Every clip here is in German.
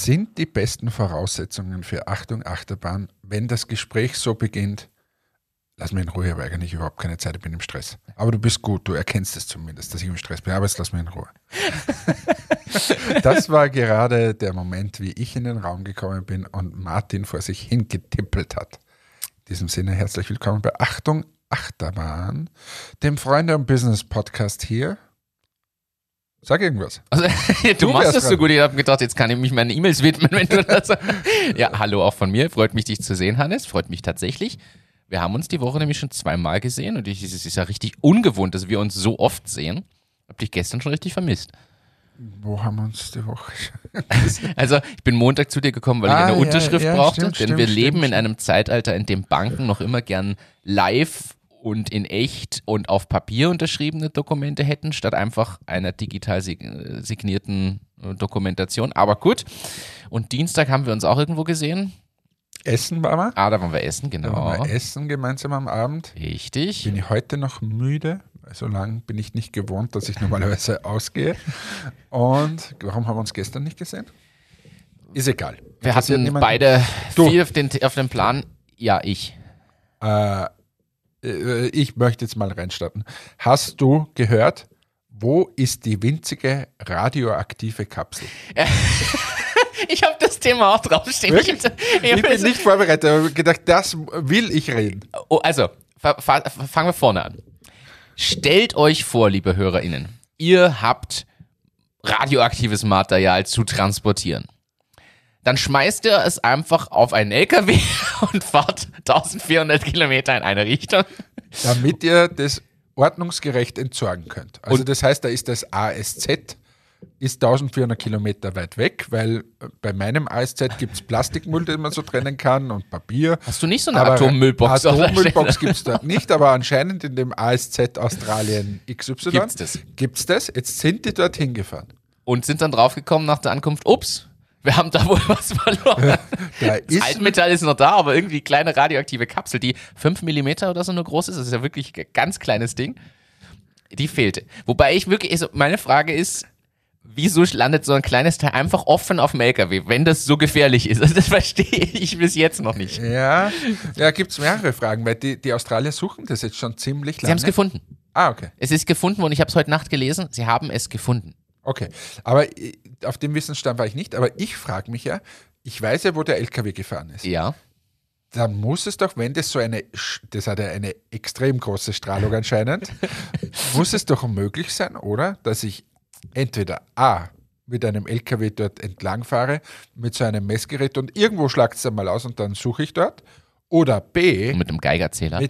sind die besten Voraussetzungen für Achtung Achterbahn, wenn das Gespräch so beginnt, lass mich in Ruhe, ich habe eigentlich überhaupt keine Zeit, ich bin im Stress. Aber du bist gut, du erkennst es zumindest, dass ich im Stress bin, aber jetzt lass mich in Ruhe. Das war gerade der Moment, wie ich in den Raum gekommen bin und Martin vor sich hingetippelt hat. In diesem Sinne herzlich willkommen bei Achtung Achterbahn, dem Freunde- und Business-Podcast hier. Sag irgendwas. Also, du machst das so gut, ich habe gedacht, jetzt kann ich mich meinen E-Mails widmen, wenn du das sagst. Ja, hallo auch von mir, freut mich, dich zu sehen, Hannes, freut mich tatsächlich. Wir haben uns die Woche nämlich schon 2-mal gesehen und es ist ja richtig ungewohnt, dass wir uns so oft sehen. Hab dich gestern schon richtig vermisst. Wo haben wir uns die Woche? Also ich bin Montag zu dir gekommen, weil ich eine Unterschrift brauchte, denn wir leben in einem stimmt. Zeitalter, in dem Banken noch immer gern live und in echt und auf Papier unterschriebene Dokumente hätten, statt einfach einer digital signierten Dokumentation. Aber gut. Und Dienstag haben wir uns auch irgendwo gesehen. Essen waren wir. Da waren wir essen, genau. Da waren wir essen gemeinsam am Abend. Richtig. Bin ich heute noch müde? So lange bin ich nicht gewohnt, dass ich normalerweise ausgehe. Und warum haben wir uns gestern nicht gesehen? Ist egal. Wir Interessiert hatten niemanden. beide Du. viel auf dem Plan. Ja, ich. Ich möchte jetzt mal reinstarten. Hast du gehört, wo ist die winzige radioaktive Kapsel? Ich habe das Thema auch draufstehen. Wirklich? Ich bin nicht vorbereitet, aber habe gedacht, das will ich reden. Also, fangen wir vorne an. Stellt euch vor, liebe HörerInnen, ihr habt radioaktives Material zu transportieren. Dann schmeißt ihr es einfach auf einen LKW und fahrt 1400 Kilometer in eine Richtung. Damit ihr das ordnungsgerecht entsorgen könnt. Also Und- das heißt, da ist das ASZ, ist 1400 Kilometer weit weg, weil bei meinem ASZ gibt es Plastikmüll, den man so trennen kann und Papier. Hast du nicht so eine Aber Atommüllbox? Atommüllbox gibt es dort nicht, aber anscheinend in dem ASZ Australien XY Gibt's das. Gibt's das. Jetzt sind die dorthin gefahren. Und sind dann draufgekommen nach der Ankunft, ups, wir haben da wohl was verloren. Da Das ist Altmetall ist noch da, aber irgendwie kleine radioaktive Kapsel, die 5 mm oder so nur groß ist, das ist ja wirklich ein ganz kleines Ding, die fehlte. Wobei ich wirklich, also meine Frage ist, wieso landet so ein kleines Teil einfach offen auf dem LKW, wenn das so gefährlich ist? Also das verstehe ich bis jetzt noch nicht. ja, gibt es mehrere Fragen, weil die Australier suchen das jetzt schon ziemlich Sie lange. haben es gefunden. Okay. Es ist gefunden und ich habe es heute Nacht gelesen, sie haben es gefunden. Okay, aber auf dem Wissensstand war ich nicht, aber ich frage mich ja, ich weiß ja, wo der LKW gefahren ist. Ja. Dann muss es doch, wenn das so das hat ja eine extrem große Strahlung anscheinend, muss es doch möglich sein, oder? Dass ich entweder A, mit einem LKW dort entlang fahre, mit so einem Messgerät und irgendwo schlagt es dann mal aus und dann suche ich dort, oder B, Und mit einem Geigerzähler.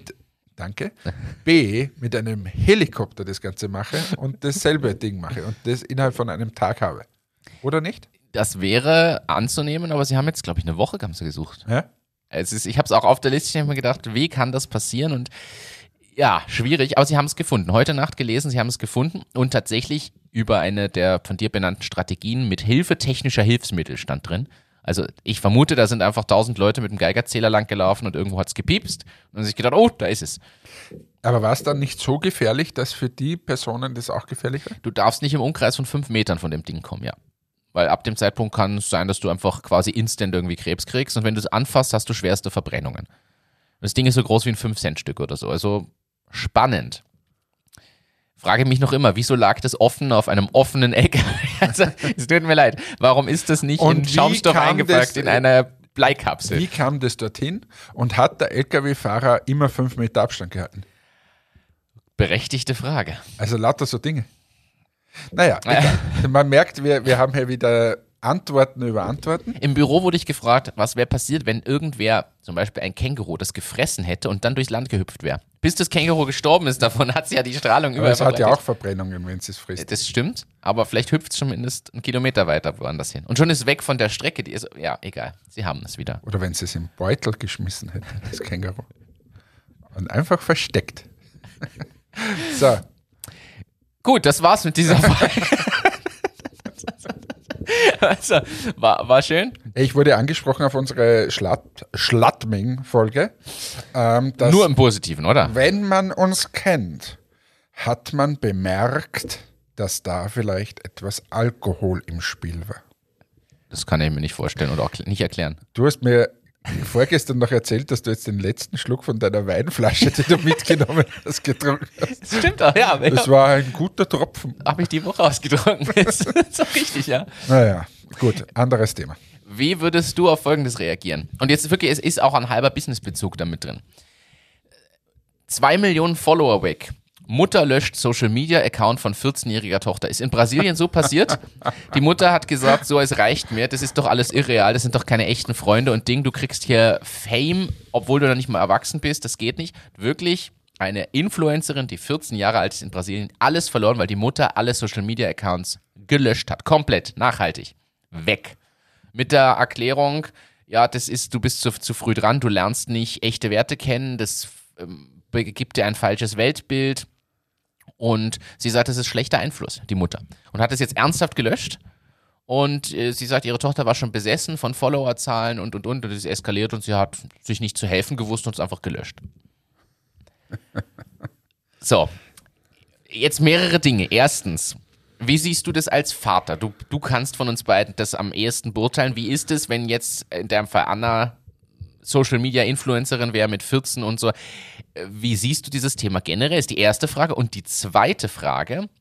mit einem Helikopter das Ganze mache und dasselbe Ding mache und das innerhalb von einem Tag habe. Oder nicht? Das wäre anzunehmen, aber sie haben jetzt, glaube ich, eine Woche haben sie gesucht. Ja? Ich habe es auch auf der Liste, ich habe mir gedacht, wie kann das passieren? Und ja, schwierig, aber sie haben es gefunden. Heute Nacht gelesen, sie haben es gefunden und tatsächlich über eine der von dir benannten Strategien mit Hilfe technischer Hilfsmittel stand drin. Also ich vermute, da sind einfach 1000 Leute mit dem Geigerzähler langgelaufen und irgendwo hat es gepiepst und dann sich gedacht, oh, da ist es. Aber war es dann nicht so gefährlich, dass für die Personen das auch gefährlich war? Du darfst nicht im Umkreis von 5 Metern von dem Ding kommen, ja. Weil ab dem Zeitpunkt kann es sein, dass du einfach quasi instant irgendwie Krebs kriegst und wenn du es anfasst, hast du schwerste Verbrennungen. Das Ding ist so groß wie ein 5-Cent-Stück oder so, also spannend. Frage mich noch immer, wieso lag das offen auf einem offenen LKW? Also, es tut mir leid. Warum ist das nicht Und in wie Schaumstoff kam eingepackt das, in einer Bleikapsel? Wie kam das dorthin und hat der LKW-Fahrer immer 5 Meter Abstand gehalten? Berechtigte Frage. Also lauter so Dinge. Naja, egal. Man merkt, wir haben hier wieder Antworten über Antworten. Im Büro wurde ich gefragt, was wäre passiert, wenn irgendwer, zum Beispiel ein Känguru, das gefressen hätte und dann durchs Land gehüpft wäre. Bis das Känguru gestorben ist, davon hat es ja die Strahlung Aber überall es hat ja verbreitet. auch Verbrennungen, wenn es es frisst. Das stimmt, aber vielleicht hüpft es schon mindestens einen Kilometer weiter woanders hin. Und schon ist es weg von der Strecke, die ist, ja, egal, sie haben es wieder. Oder wenn sie es im Beutel geschmissen hätte, das Känguru. Und einfach versteckt. So, Gut, das war's mit dieser Folge. Also, war schön. ich wurde angesprochen auf unsere Schladming-Folge. Dass Nur im Positiven, oder? wenn man uns kennt, hat man bemerkt, dass da vielleicht etwas Alkohol im Spiel war. Das kann ich mir nicht vorstellen oder auch nicht erklären. Du hast mir vorgestern noch erzählt, dass du jetzt den letzten Schluck von deiner Weinflasche, die du mitgenommen hast, getrunken hast. Das stimmt auch, ja. Das war ein guter Tropfen. Habe ich die Woche ausgetrunken. Das ist auch richtig, ja. Naja, gut, anderes Thema. Wie würdest du auf Folgendes reagieren? Und jetzt wirklich, es ist auch ein halber Businessbezug damit drin. 2 Millionen Follower weg. Mutter löscht Social-Media-Account von 14-jähriger Tochter. Ist in Brasilien so passiert. Die Mutter hat gesagt, so, es reicht mir, das ist doch alles irreal, das sind doch keine echten Freunde und Ding, du kriegst hier Fame, obwohl du noch nicht mal erwachsen bist, das geht nicht. Wirklich eine Influencerin, die 14 Jahre alt ist in Brasilien, alles verloren, weil die Mutter alle Social-Media-Accounts gelöscht hat. Komplett, nachhaltig. Weg. Mit der Erklärung, ja, du bist zu früh dran, du lernst nicht echte Werte kennen, das gibt dir ein falsches Weltbild. Und sie sagt, das ist schlechter Einfluss, die Mutter. Und hat es jetzt ernsthaft gelöscht. Und sie sagt, ihre Tochter war schon besessen von Followerzahlen und es ist eskaliert und sie hat sich nicht zu helfen gewusst und es einfach gelöscht. So, jetzt mehrere Dinge. Erstens, wie siehst du das als Vater? Du kannst von uns beiden das am ehesten beurteilen. Wie ist es, wenn jetzt in deinem Fall Anna Social-Media-Influencerin wäre mit 14 und so? Wie siehst du dieses Thema generell? Ist die erste Frage. Und die zweite Frage,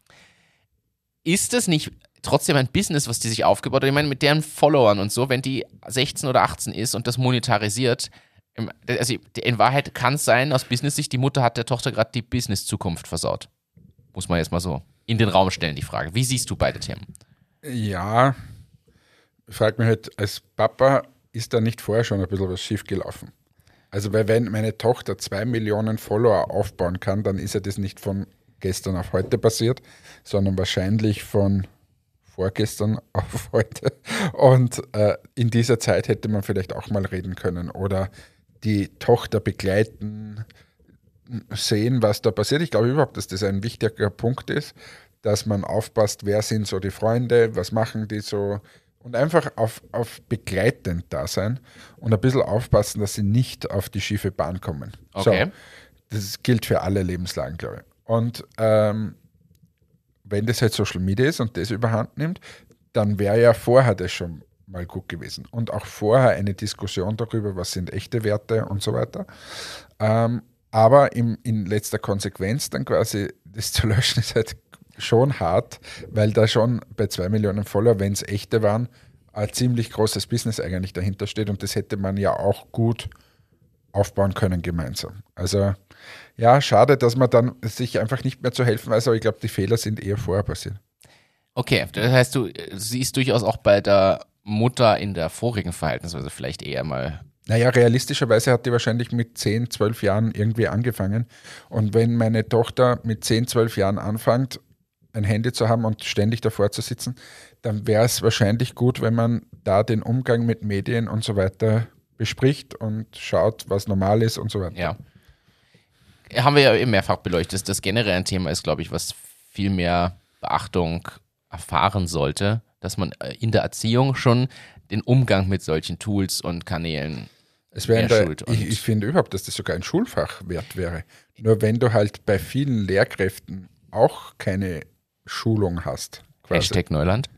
ist es nicht trotzdem ein Business, was die sich aufgebaut hat? Ich meine, mit deren Followern und so, wenn die 16 oder 18 ist und das monetarisiert, also in Wahrheit kann es sein, aus Business-Sicht, die Mutter hat der Tochter gerade die Business-Zukunft versaut. Muss man jetzt mal so in den Raum stellen, die Frage. Wie siehst du beide Themen? Ja, ich frage mich halt, als Papa, ist da nicht vorher schon ein bisschen was schief gelaufen? Also, weil wenn meine Tochter 2 Millionen Follower aufbauen kann, dann ist ja das nicht von gestern auf heute passiert, sondern wahrscheinlich von vorgestern auf heute. Und in dieser Zeit hätte man vielleicht auch mal reden können oder die Tochter begleiten, sehen, was da passiert. Ich glaube überhaupt, dass das ein wichtiger Punkt ist, dass man aufpasst, wer sind so die Freunde, was machen die so und einfach auf begleitend da sein und ein bisschen aufpassen, dass sie nicht auf die schiefe Bahn kommen. Okay. So, das gilt für alle Lebenslagen, glaube ich. Und wenn das halt Social Media ist und das überhand nimmt, dann wäre ja vorher das schon mal gut gewesen. Und auch vorher eine Diskussion darüber, was sind echte Werte und so weiter. Aber in letzter Konsequenz dann quasi das zu löschen ist halt schon hart, weil da schon bei 2 Millionen Follower, wenn es echte waren, ein ziemlich großes Business eigentlich dahinter steht und das hätte man ja auch gut aufbauen können gemeinsam. Also ja, schade, dass man dann sich einfach nicht mehr zu helfen weiß, aber ich glaube, die Fehler sind eher vorher passiert. Okay, das heißt, du siehst durchaus auch bei der Mutter in der vorigen Verhaltensweise vielleicht eher mal. Naja, realistischerweise hat die wahrscheinlich mit 10, 12 Jahren irgendwie angefangen. Und wenn meine Tochter mit 10, 12 Jahren anfängt, ein Handy zu haben und ständig davor zu sitzen, dann wäre es wahrscheinlich gut, wenn man da den Umgang mit Medien und so weiter bespricht und schaut, was normal ist und so weiter. Ja. Haben wir ja eben mehrfach beleuchtet. Das generell ein Thema ist, glaube ich, was viel mehr Beachtung erfahren sollte, dass man in der Erziehung schon den Umgang mit solchen Tools und Kanälen schult. Ich finde überhaupt, dass das sogar ein Schulfach wert wäre. Nur wenn du halt bei vielen Lehrkräften auch keine Schulung hast. Quasi. Hashtag Neuland.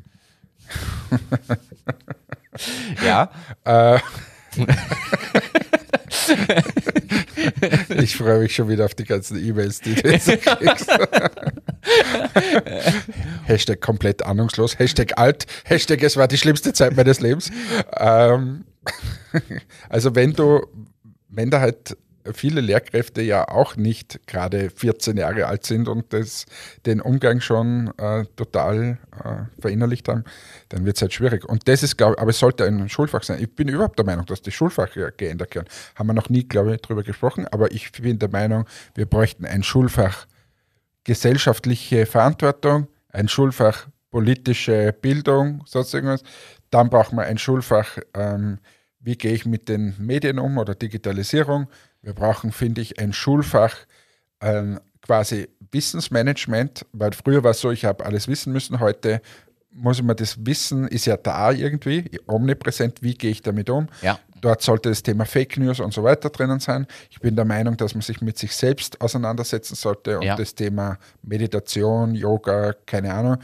Ja. Ich freue mich schon wieder auf die ganzen E-Mails, die du jetzt kriegst. Hashtag komplett ahnungslos, Hashtag alt, Hashtag es war die schlimmste Zeit meines Lebens. Also wenn da halt viele Lehrkräfte ja auch nicht gerade 14 Jahre alt sind und den Umgang schon total verinnerlicht haben, dann wird es halt schwierig. Und das ist, glaube ich, aber es sollte ein Schulfach sein. Ich bin überhaupt der Meinung, dass die Schulfach geändert werden. Haben wir noch nie, glaube ich, drüber gesprochen, aber ich bin der Meinung, wir bräuchten ein Schulfach gesellschaftliche Verantwortung, ein Schulfach politische Bildung, sonst irgendwas. Dann brauchen wir ein Schulfach, wie gehe ich mit den Medien um oder Digitalisierung. Wir brauchen, finde ich, ein Schulfach quasi Wissensmanagement, weil früher war es so, ich habe alles wissen müssen. Heute muss ich mir das Wissen, ist ja da irgendwie, omnipräsent, wie gehe ich damit um. Ja. Dort sollte das Thema Fake News und so weiter drinnen sein. Ich bin der Meinung, dass man sich mit sich selbst auseinandersetzen sollte und das Thema Meditation, Yoga, keine Ahnung,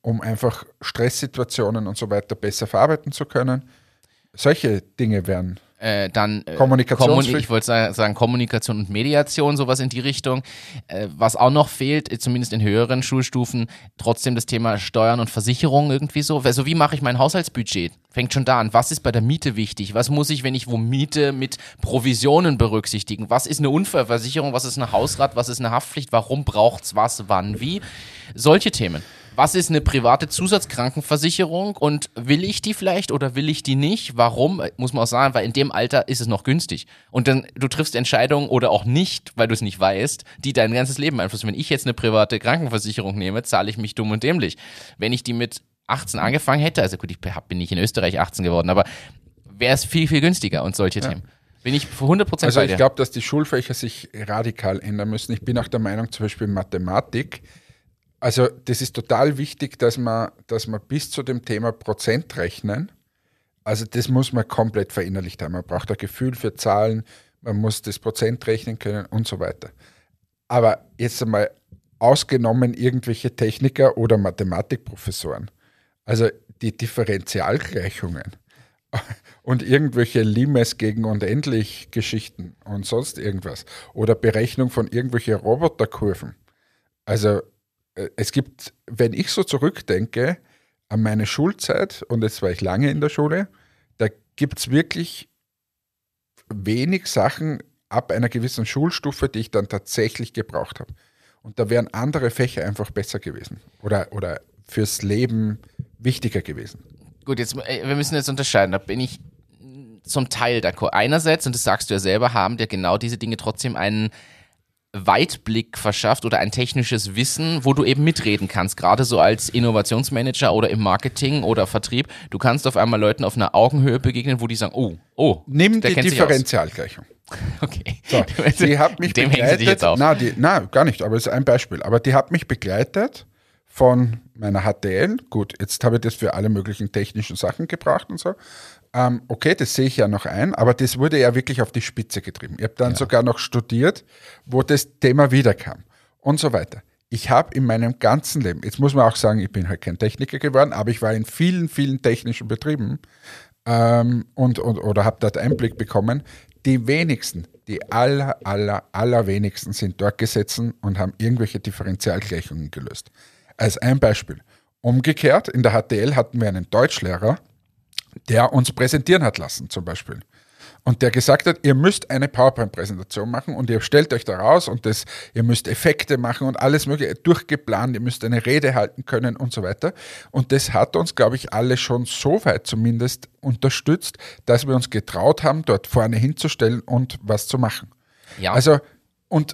um einfach Stresssituationen und so weiter besser verarbeiten zu können. Solche Dinge wären kommunikationsfähig. Ich wollte sagen Kommunikation und Mediation, sowas in die Richtung. Was auch noch fehlt, zumindest in höheren Schulstufen, trotzdem das Thema Steuern und Versicherung irgendwie so. Also wie mache ich mein Haushaltsbudget? Fängt schon da an. Was ist bei der Miete wichtig? Was muss ich, wenn ich wo miete, mit Provisionen berücksichtigen? Was ist eine Unfallversicherung? Was ist eine Hausrat? Was ist eine Haftpflicht? Warum braucht es was, wann, wie? Solche Themen. Was ist eine private Zusatzkrankenversicherung und will ich die vielleicht oder will ich die nicht? Warum? Muss man auch sagen, weil in dem Alter ist es noch günstig. Und dann, du triffst Entscheidungen oder auch nicht, weil du es nicht weißt, die dein ganzes Leben beeinflussen. Wenn ich jetzt eine private Krankenversicherung nehme, zahle ich mich dumm und dämlich. Wenn ich die mit 18 angefangen hätte, also gut, ich bin nicht in Österreich 18 geworden, aber wäre es viel, viel günstiger und solche Themen. Bin ich für 100% bei dir. Also ich glaube, dass die Schulfächer sich radikal ändern müssen. Ich bin auch der Meinung, zum Beispiel Mathematik, also das ist total wichtig, dass man bis zu dem Thema Prozentrechnen, also das muss man komplett verinnerlicht haben. Man braucht ein Gefühl für Zahlen, man muss das Prozent rechnen können und so weiter. Aber jetzt einmal ausgenommen irgendwelche Techniker oder Mathematikprofessoren, also die Differentialgleichungen und irgendwelche Limes gegen unendlich Geschichten und sonst irgendwas oder Berechnung von irgendwelchen Roboterkurven. Also es gibt, wenn ich so zurückdenke an meine Schulzeit, und jetzt war ich lange in der Schule, da gibt es wirklich wenig Sachen ab einer gewissen Schulstufe, die ich dann tatsächlich gebraucht habe. Und da wären andere Fächer einfach besser gewesen oder fürs Leben wichtiger gewesen. Gut, wir müssen jetzt unterscheiden, da bin ich zum Teil d'accord. Einerseits, und das sagst du ja selber, haben dir genau diese Dinge trotzdem einen Weitblick verschafft oder ein technisches Wissen, wo du eben mitreden kannst, gerade so als Innovationsmanager oder im Marketing oder Vertrieb. Du kannst auf einmal Leuten auf einer Augenhöhe begegnen, wo die sagen, oh, nimm die Differentialgleichung. Okay. So, die hat mich dem begleitet. hängen sie dich jetzt auf. Nein, gar nicht, aber es ist ein Beispiel. Aber die hat mich begleitet von meiner HTL. Gut, jetzt habe ich das für alle möglichen technischen Sachen gebracht und so. Okay, das sehe ich ja noch ein, aber das wurde ja wirklich auf die Spitze getrieben. Ich habe dann sogar noch studiert, wo das Thema wiederkam und so weiter. Ich habe in meinem ganzen Leben, jetzt muss man auch sagen, ich bin halt kein Techniker geworden, aber ich war in vielen, vielen technischen Betrieben oder habe dort Einblick bekommen. Die wenigsten, die allerwenigsten sind dort gesessen und haben irgendwelche Differentialgleichungen gelöst. Als ein Beispiel. Umgekehrt, in der HTL hatten wir einen Deutschlehrer, der uns präsentieren hat lassen zum Beispiel. Und der gesagt hat, ihr müsst eine PowerPoint-Präsentation machen und ihr stellt euch da raus und ihr müsst Effekte machen und alles mögliche durchgeplant, ihr müsst eine Rede halten können und so weiter. Und das hat uns, glaube ich, alle schon so weit zumindest unterstützt, dass wir uns getraut haben, dort vorne hinzustellen und was zu machen. Ja. Also, und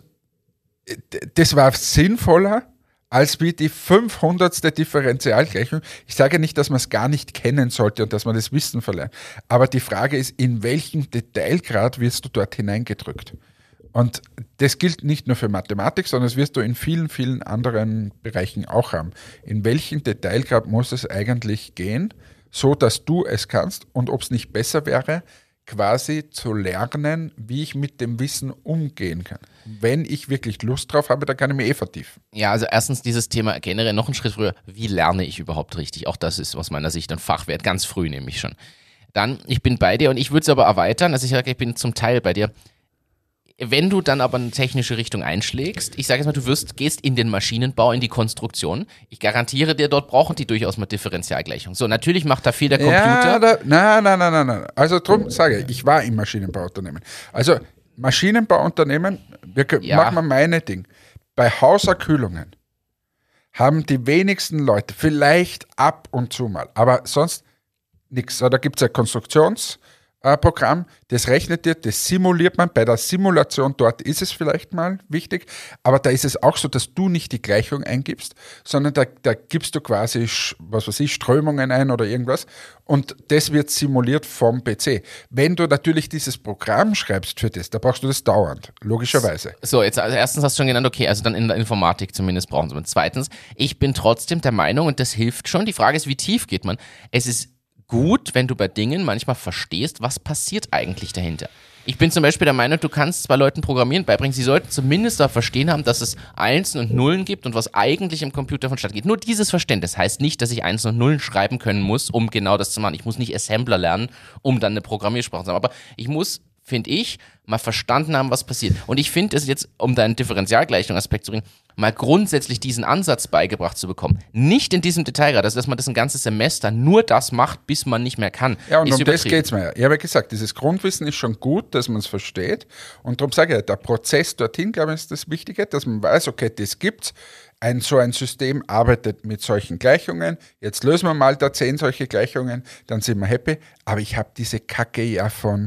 das war sinnvoller als wie die 500. Differentialgleichung. Ich sage nicht, dass man es gar nicht kennen sollte und dass man das Wissen verlernt. Aber die Frage ist, in welchem Detailgrad wirst du dort hineingedrückt? Und das gilt nicht nur für Mathematik, sondern das wirst du in vielen, vielen anderen Bereichen auch haben. In welchem Detailgrad muss es eigentlich gehen, so dass du es kannst und ob es nicht besser wäre, quasi zu lernen, wie ich mit dem Wissen umgehen kann. Wenn ich wirklich Lust drauf habe, dann kann ich mich vertiefen. Ja, also erstens dieses Thema generell noch einen Schritt früher. Wie lerne ich überhaupt richtig? Auch das ist aus meiner Sicht ein Fachwert, ganz früh nämlich schon. Dann, ich bin bei dir und ich würde es aber erweitern. Also ich sage, ich bin zum Teil bei dir. Wenn du dann aber eine technische Richtung einschlägst, ich sage jetzt mal, gehst in den Maschinenbau, in die Konstruktion. Ich garantiere dir, dort brauchen die durchaus mal Differentialgleichung. So, natürlich macht da viel der Computer. Ja, nein. Also darum sage ich war im Maschinenbauunternehmen. Also Maschinenbauunternehmen, machen wir meine Ding. Bei Hauserkühlungen haben die wenigsten Leute, vielleicht ab und zu mal, aber sonst nichts. Da gibt es ein Konstruktionsprogramm, das rechnet dir, das simuliert man. Bei der Simulation dort ist es vielleicht mal wichtig, aber da ist es auch so, dass du nicht die Gleichung eingibst, sondern da gibst du quasi, Strömungen ein oder irgendwas und das wird simuliert vom PC. Wenn du natürlich dieses Programm schreibst für das, da brauchst du das dauernd, logischerweise. So, jetzt also erstens hast du schon genannt, okay, also dann in der Informatik zumindest brauchen sie. Und zweitens, ich bin trotzdem der Meinung, und das hilft schon, die Frage ist, wie tief geht man? Es ist gut, wenn du bei Dingen manchmal verstehst, was passiert eigentlich dahinter. Ich bin zum Beispiel der Meinung, du kannst zwar Leuten Programmieren beibringen, sie sollten zumindest auch verstehen haben, dass es Einsen und Nullen gibt und was eigentlich im Computer vonstatten geht. Nur dieses Verständnis heißt nicht, dass ich Einsen und Nullen schreiben können muss, um genau das zu machen. Ich muss nicht Assembler lernen, um dann eine Programmiersprache zu haben. Aber ich muss, finde ich, mal verstanden haben, was passiert. Und ich finde es jetzt, um deinen Differentialgleichung-Aspekt zu bringen, mal grundsätzlich diesen Ansatz beigebracht zu bekommen. Nicht in diesem Detailgrad, also dass man das ein ganzes Semester nur das macht, bis man nicht mehr kann. Ja, und um das geht es mir ja. Ich habe ja gesagt, dieses Grundwissen ist schon gut, dass man es versteht. Und darum sage ich, der Prozess dorthin, glaube ich, ist das Wichtige, dass man weiß, okay, das gibt's. So ein System arbeitet mit solchen Gleichungen. Jetzt lösen wir mal da 10 solche Gleichungen, dann sind wir happy. Aber ich habe diese Kacke ja von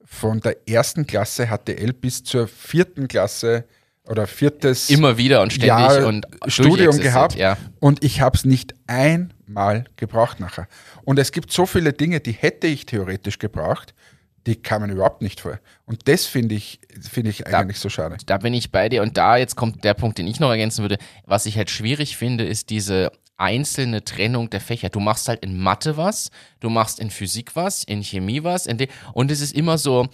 der ersten Klasse HTL bis zur 4. Klasse oder 4. immer wieder und ständig Jahr und Studium gehabt, ja. Und ich habe es nicht einmal gebraucht nachher. Und es gibt so viele Dinge, die hätte ich theoretisch gebraucht, die kamen überhaupt nicht vor. Und das finde ich eigentlich so schade. Da bin ich bei dir und da jetzt kommt der Punkt, den ich noch ergänzen würde. Was ich halt schwierig finde, ist diese einzelne Trennung der Fächer. Du machst halt in Mathe was, du machst in Physik was, in Chemie was, und es ist immer so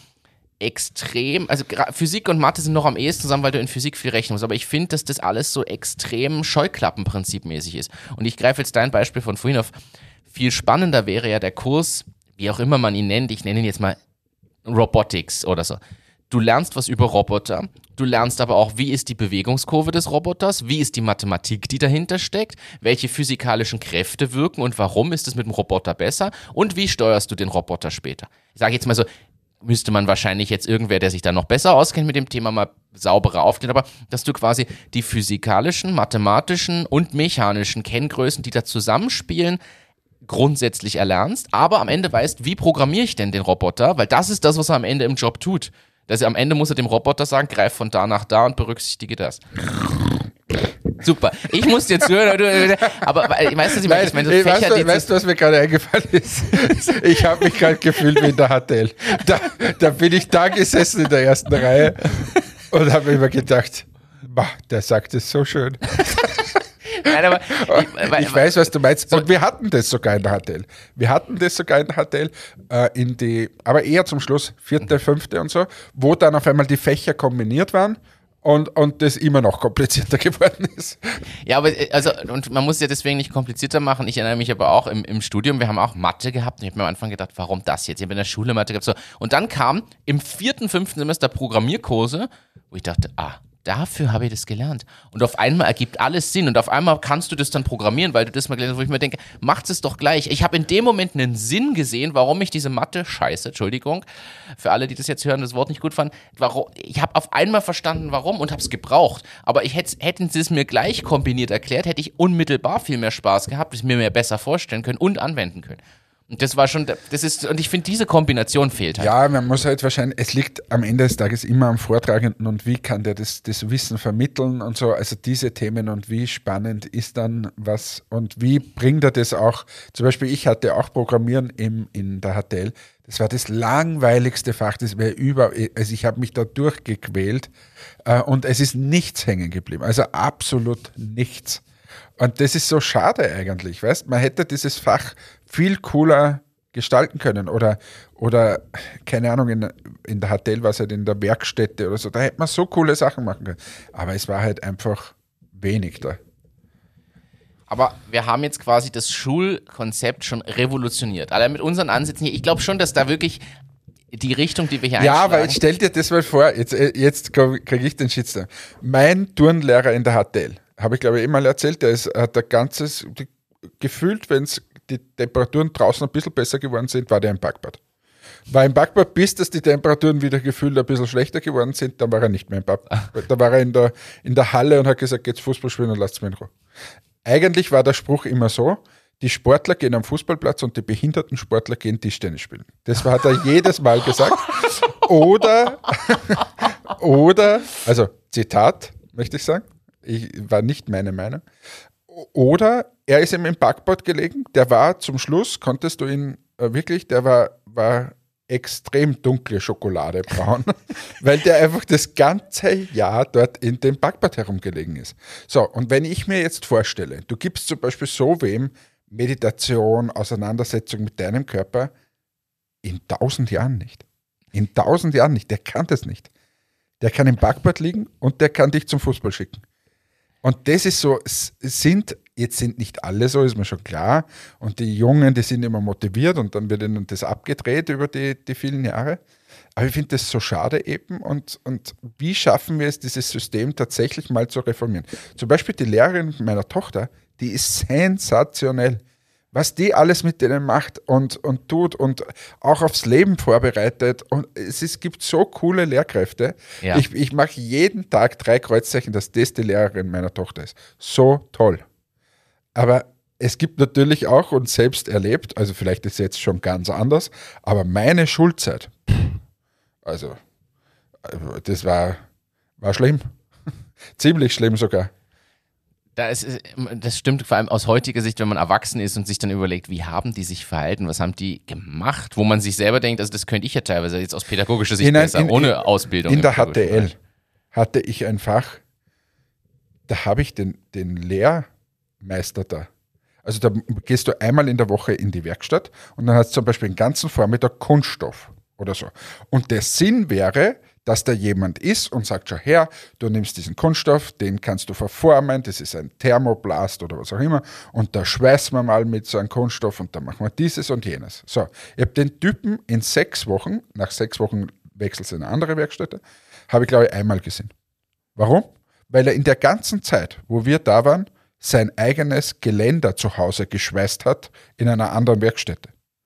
extrem, also Physik und Mathe sind noch am ehesten zusammen, weil du in Physik viel rechnen musst, aber ich finde, dass das alles so extrem Scheuklappenprinzipmäßig ist. Und ich greife jetzt dein Beispiel von vorhin auf. Viel spannender wäre ja der Kurs, wie auch immer man ihn nennt, ich nenne ihn jetzt mal Robotics oder so. Du lernst was über Roboter, du lernst aber auch, wie ist die Bewegungskurve des Roboters, wie ist die Mathematik, die dahinter steckt, welche physikalischen Kräfte wirken und warum ist es mit dem Roboter besser und wie steuerst du den Roboter später. Ich sage jetzt mal so, müsste man wahrscheinlich jetzt irgendwer, der sich da noch besser auskennt mit dem Thema, mal sauberer aufklären, aber dass du quasi die physikalischen, mathematischen und mechanischen Kenngrößen, die da zusammenspielen, grundsätzlich erlernst, aber am Ende weißt, wie programmiere ich denn den Roboter, weil das ist das, was er am Ende im Job tut. Also am Ende muss er dem Roboter sagen, greif von da nach da und berücksichtige das. Super. Ich muss dir zuhören, aber weißt du, was ich meine? So weißt du, was mir gerade eingefallen ist? Ich habe mich gerade gefühlt wie in der HTL. Da bin ich da gesessen in der ersten Reihe und habe mir gedacht, der sagt es so schön. Nein, aber ich weiß, was du meinst. Und wir hatten das sogar in der HTL. Aber eher zum Schluss, 4., 5. und so, wo dann auf einmal die Fächer kombiniert waren und das immer noch komplizierter geworden ist. Ja, aber und man muss ja deswegen nicht komplizierter machen. Ich erinnere mich aber auch im Studium, wir haben auch Mathe gehabt und ich habe mir am Anfang gedacht, warum das jetzt? Ich habe in der Schule Mathe gehabt. So. Und dann kam im 4., 5. Semester Programmierkurse, wo ich dachte, dafür habe ich das gelernt. Und auf einmal ergibt alles Sinn und auf einmal kannst du das dann programmieren, weil du das mal gelernt hast, wo ich mir denke, macht es doch gleich. Ich habe in dem Moment einen Sinn gesehen, warum ich diese Mathe-Scheiße, Entschuldigung, für alle, die das jetzt hören, das Wort nicht gut fanden, ich habe auf einmal verstanden, warum und habe es gebraucht. Aber hätten sie es mir gleich kombiniert erklärt, hätte ich unmittelbar viel mehr Spaß gehabt, es mir mehr besser vorstellen können und anwenden können. Und und ich finde, diese Kombination fehlt halt. Ja, man muss halt wahrscheinlich, es liegt am Ende des Tages immer am Vortragenden und wie kann der das Wissen vermitteln und so, also diese Themen und wie spannend ist dann was und wie bringt er das auch, zum Beispiel ich hatte auch Programmieren in der HTL, das war das langweiligste Fach, also ich habe mich da durchgequält und es ist nichts hängen geblieben, also absolut nichts. Und das ist so schade eigentlich, weißt? Man hätte dieses Fach viel cooler gestalten können oder keine Ahnung, in der HTL war es halt in der Werkstätte oder so, da hätte man so coole Sachen machen können. Aber es war halt einfach wenig da. Aber wir haben jetzt quasi das Schulkonzept schon revolutioniert. Allein mit unseren Ansätzen hier, ich glaube schon, dass da wirklich die Richtung, die wir hier einschlagen. Ja, aber jetzt stell dir das mal vor, jetzt kriege ich den Shitstorm. Mein Turnlehrer in der HTL, habe ich glaube ich mal erzählt, hat ein ganzes, gefühlt, wenn die Temperaturen draußen ein bisschen besser geworden sind, war der im Backbad. War im Backbad, bis dass die Temperaturen wieder gefühlt ein bisschen schlechter geworden sind, dann war er nicht mehr im Backbad. Da war er in der Halle und hat gesagt, geht's Fußball spielen und lasst mich in Ruhe. Eigentlich war der Spruch immer so, die Sportler gehen am Fußballplatz und die behinderten Sportler gehen Tischtennis spielen. Das hat er jedes Mal gesagt. Oder, also Zitat, möchte ich sagen, war nicht meine Meinung. Oder er ist ihm im Backbad gelegen, der war zum Schluss, konntest du ihn wirklich, der war extrem dunkle Schokolade braun, weil der einfach das ganze Jahr dort in dem Backbad herumgelegen ist. So, und wenn ich mir jetzt vorstelle, du gibst zum Beispiel so wem Meditation, Auseinandersetzung mit deinem Körper in 1000 Jahren nicht. In 1000 Jahren nicht. Der kann das nicht. Der kann im Backbord liegen und der kann dich zum Fußball schicken. Und das ist so, jetzt sind nicht alle so, ist mir schon klar. Und die Jungen, die sind immer motiviert und dann wird ihnen das abgedreht über die vielen Jahre. Aber ich finde das so schade eben. Und wie schaffen wir es, dieses System tatsächlich mal zu reformieren? Zum Beispiel die Lehrerin meiner Tochter, die ist sensationell. Was die alles mit denen macht und tut und auch aufs Leben vorbereitet. Und gibt so coole Lehrkräfte. Ja. Ich mache jeden Tag 3 Kreuzzeichen, dass das die Lehrerin meiner Tochter ist. So toll. Aber es gibt natürlich auch, und selbst erlebt, also vielleicht ist es jetzt schon ganz anders, aber meine Schulzeit, also das war schlimm. Ziemlich schlimm sogar. Das stimmt vor allem aus heutiger Sicht, wenn man erwachsen ist und sich dann überlegt, wie haben die sich verhalten, was haben die gemacht, wo man sich selber denkt, also das könnte ich ja teilweise jetzt aus pädagogischer Sicht besser, ohne Ausbildung. In der HTL hatte ich ein Fach, da habe ich den Lehrmeister da. Also da gehst du einmal in der Woche in die Werkstatt und dann hast du zum Beispiel den ganzen Vormittag Kunststoff oder so. Und der Sinn wäre, dass da jemand ist und sagt, schau her, du nimmst diesen Kunststoff, den kannst du verformen, das ist ein Thermoplast oder was auch immer und da schweißen wir mal mit so einem Kunststoff und dann machen wir dieses und jenes. So, ich habe den Typen in 6 Wochen, nach 6 Wochen wechselt es in eine andere Werkstätte, habe ich glaube ich einmal gesehen. Warum? Weil er in der ganzen Zeit, wo wir da waren, sein eigenes Geländer zu Hause geschweißt hat in einer anderen Werkstätte.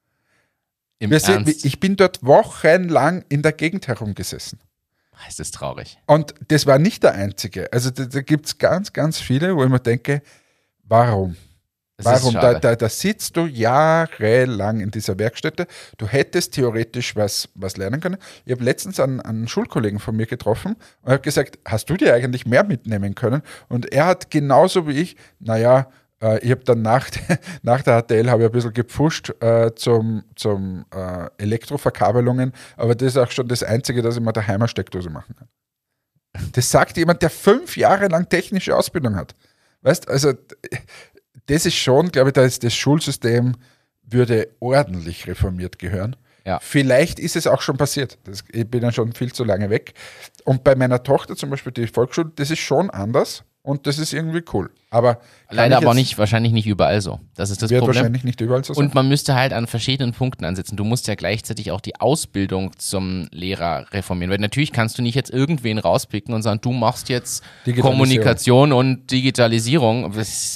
Ich bin dort wochenlang in der Gegend herumgesessen. Das ist traurig. Und das war nicht der einzige. Also da gibt es ganz, ganz viele, wo ich mir denke, warum? Warum? Da sitzt du jahrelang in dieser Werkstätte. Du hättest theoretisch was lernen können. Ich habe letztens einen Schulkollegen von mir getroffen und habe gesagt, hast du dir eigentlich mehr mitnehmen können? Und er hat genauso wie ich, ich habe dann nach der HTL habe ich ein bisschen gepfuscht zum Elektroverkabelungen, aber das ist auch schon das Einzige, dass ich mir daheim eine Steckdose machen kann. Das sagt jemand, der 5 Jahre lang technische Ausbildung hat. Weißt, also das ist schon, glaube ich, das Schulsystem würde ordentlich reformiert gehören. Ja. Vielleicht ist es auch schon passiert. Ich bin ja schon viel zu lange weg. Und bei meiner Tochter zum Beispiel die Volksschule, das ist schon anders. Und das ist irgendwie cool. Aber leider aber wahrscheinlich nicht überall so. Das ist das wird Problem. Wahrscheinlich nicht überall so sein. Und man müsste halt an verschiedenen Punkten ansetzen. Du musst ja gleichzeitig auch die Ausbildung zum Lehrer reformieren. Weil natürlich kannst du nicht jetzt irgendwen rauspicken und sagen, du machst jetzt Kommunikation und Digitalisierung.